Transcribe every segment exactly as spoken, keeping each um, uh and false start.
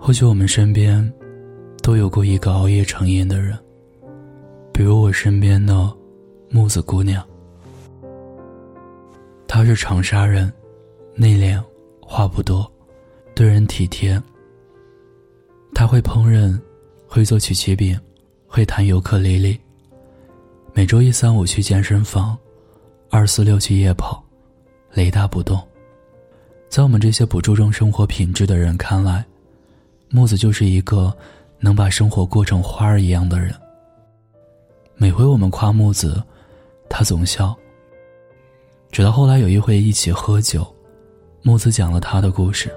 或许我们身边都有过一个熬夜成瘾的人，比如我身边的木子姑娘。她是长沙人，内敛，话不多，对人体贴。她会烹饪，会做曲奇饼，会弹尤克里里。每周一三五去健身房，二四六去夜跑，雷打不动。在我们这些不注重生活品质的人看来，木子就是一个能把生活过成花儿一样的人。每回我们夸木子，他总笑。直到后来有一回一起喝酒，木子讲了他的故事。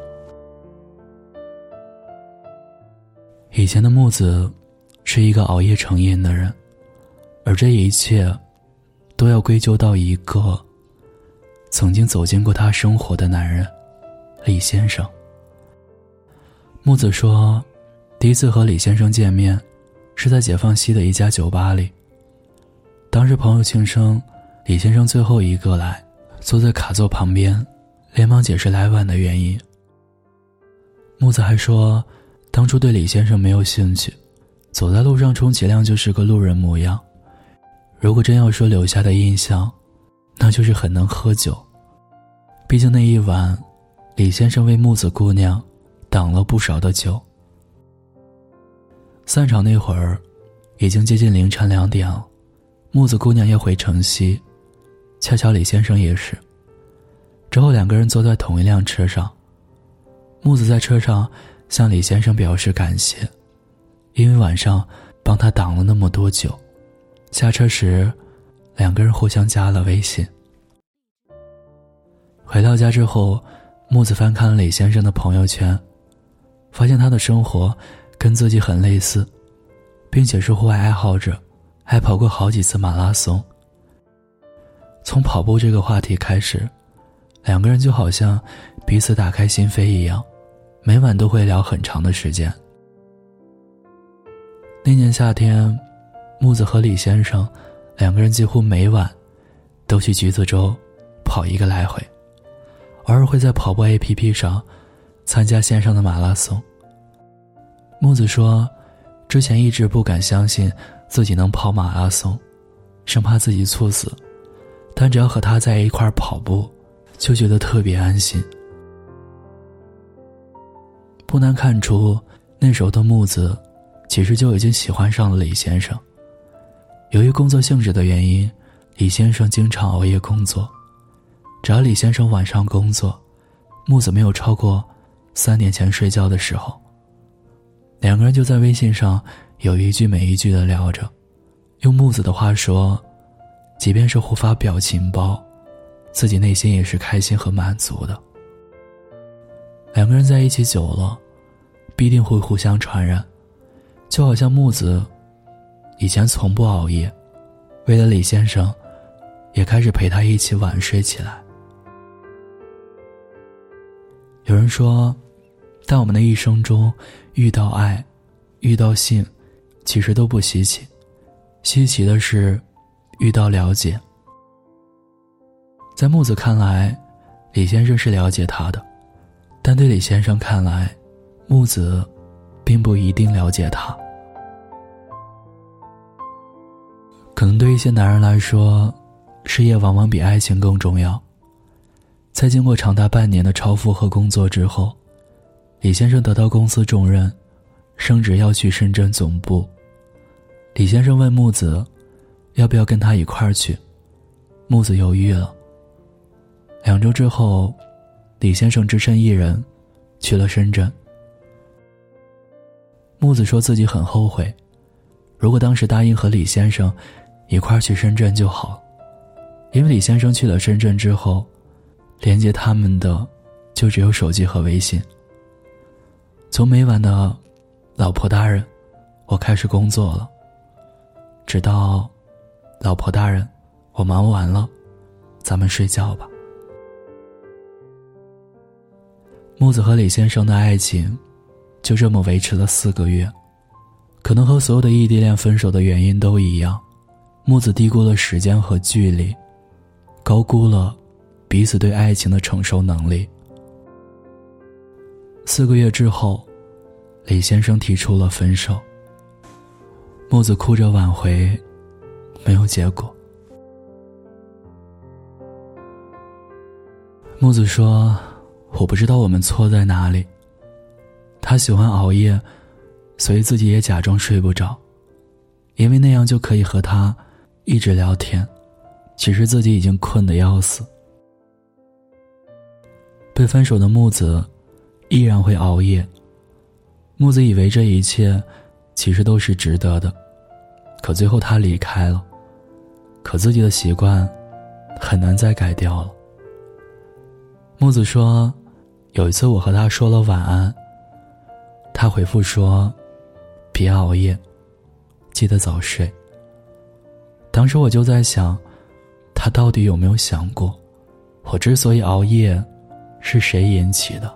以前的木子是一个熬夜成瘾的人，而这一切都要归咎到一个曾经走进过他生活的男人，李先生。木子说，第一次和李先生见面是在解放西的一家酒吧里。当时朋友庆生，李先生最后一个来，坐在卡座旁边，连忙解释来晚的原因。木子还说，当初对李先生没有兴趣，走在路上充其量就是个路人模样。如果真要说留下的印象，那就是很能喝酒。毕竟那一晚，李先生为木子姑娘挡了不少的酒。散场那会儿，已经接近凌晨两点了。木子姑娘要回城西，恰巧李先生也是。之后两个人坐在同一辆车上，木子在车上向李先生表示感谢，因为晚上帮他挡了那么多酒。下车时，两个人互相加了微信。回到家之后，木子翻看了李先生的朋友圈，发现他的生活跟自己很类似，并且是户外爱好者，还跑过好几次马拉松。从跑步这个话题开始，两个人就好像彼此打开心扉一样，每晚都会聊很长的时间。那年夏天，木子和李先生两个人几乎每晚都去橘子洲跑一个来回，偶尔会在跑步 A P P 上参加线上的马拉松。木子说，之前一直不敢相信自己能跑马拉松，生怕自己猝死，但只要和他在一块跑步，就觉得特别安心。不难看出，那时候的木子其实就已经喜欢上了李先生。由于工作性质的原因，李先生经常熬夜工作。只要李先生晚上工作，木子没有超过三点前睡觉的时候。两个人就在微信上有一句没一句的聊着。用木子的话说，即便是互发表情包，自己内心也是开心和满足的。两个人在一起久了，必定会互相传染。就好像木子以前从不熬夜，为了李先生也开始陪他一起晚睡起来。有人说，在我们的一生中，遇到爱，遇到性，其实都不稀奇，稀奇的是遇到了解。在木子看来，李先生是了解他的，但对李先生看来，木子并不一定了解他。可能对一些男人来说，事业往往比爱情更重要。在经过长达半年的超负荷工作之后，李先生得到公司重任，升职要去深圳总部。李先生问木子要不要跟他一块儿去，木子犹豫了。两周之后，李先生只身一人去了深圳。木子说自己很后悔，如果当时答应和李先生一块儿去深圳就好，因为李先生去了深圳之后，连接他们的就只有手机和微信。从每晚的老婆大人，我开始工作了，直到老婆大人，我忙完了，咱们睡觉吧。木子和李先生的爱情就这么维持了四个月。可能和所有的异地恋分手的原因都一样，木子低估了时间和距离，高估了彼此对爱情的承受能力。四个月之后， 李先生提出了分手。木子哭着挽回，没有结果。木子说，我不知道我们错在哪里。他喜欢熬夜，所以自己也假装睡不着，因为那样就可以和他一直聊天，其实自己已经困得要死。被分手的木子依然会熬夜，木子以为这一切其实都是值得的，可最后他离开了，可自己的习惯很难再改掉了。木子说，有一次我和他说了晚安，他回复说，别熬夜，记得早睡。当时我就在想，他到底有没有想过，我之所以熬夜是谁引起的？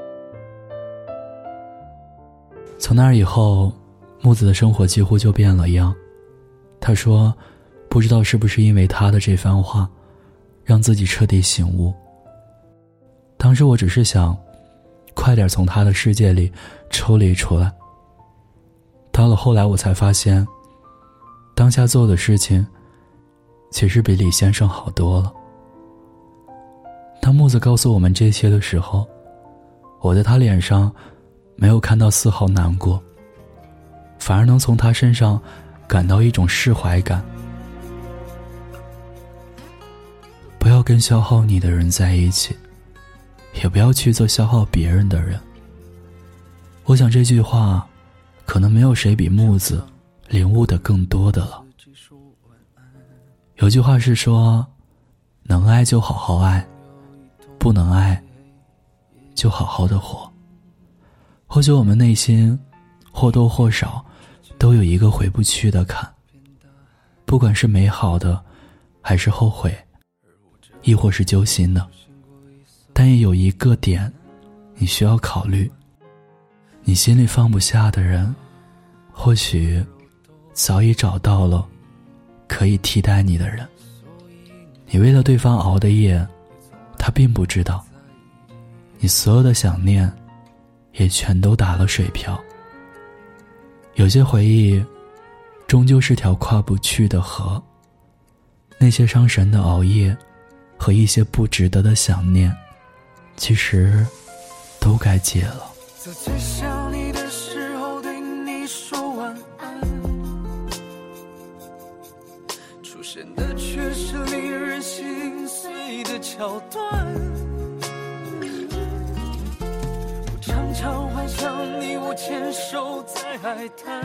从那以后，木子的生活几乎就变了样。他说，不知道是不是因为他的这番话，让自己彻底醒悟。当时我只是想，快点从他的世界里抽离出来。到了后来我才发现，当下做的事情其实比李先生好多了。当木子告诉我们这些的时候，我在他脸上没有看到丝毫难过，反而能从他身上感到一种释怀感。不要跟消耗你的人在一起，也不要去做消耗别人的人。我想这句话可能没有谁比木子领悟的更多的了。有句话是说，能爱就好好爱，不能爱就好好的活。或许我们内心或多或少都有一个回不去的坎，不管是美好的还是后悔，亦或是揪心的，但也有一个点你需要考虑，你心里放不下的人，或许早已找到了可以替代你的人。你为了对方熬的夜，他并不知道，你所有的想念也全都打了水漂。有些回忆终究是条跨不去的河，那些伤神的熬夜和一些不值得的想念，其实都该戒了。 在最想你的时候对你说晚安，出现的却是令人心碎的桥段。我常常幻想你我牵手在海滩，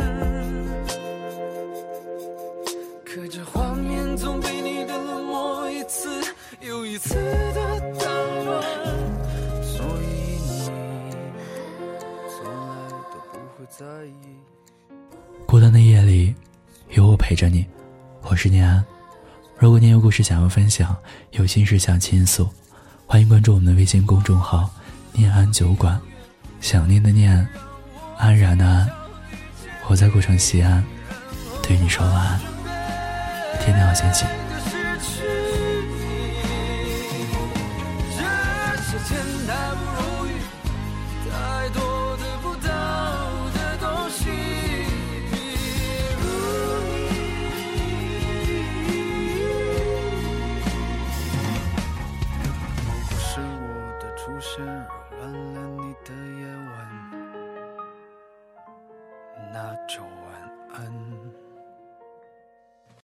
可这画面总被你的冷漠一次又一次的打乱，所以你从来都不会在意。 孤单的夜里有我陪着你，我是念安。如果你有故事想要分享，有心事想倾诉，欢迎关注我们的微信公众号念安酒馆，想念的念，安然的安。我在古城西安对你说晚安，天天好心情。 染了你的夜晚，那就晚安。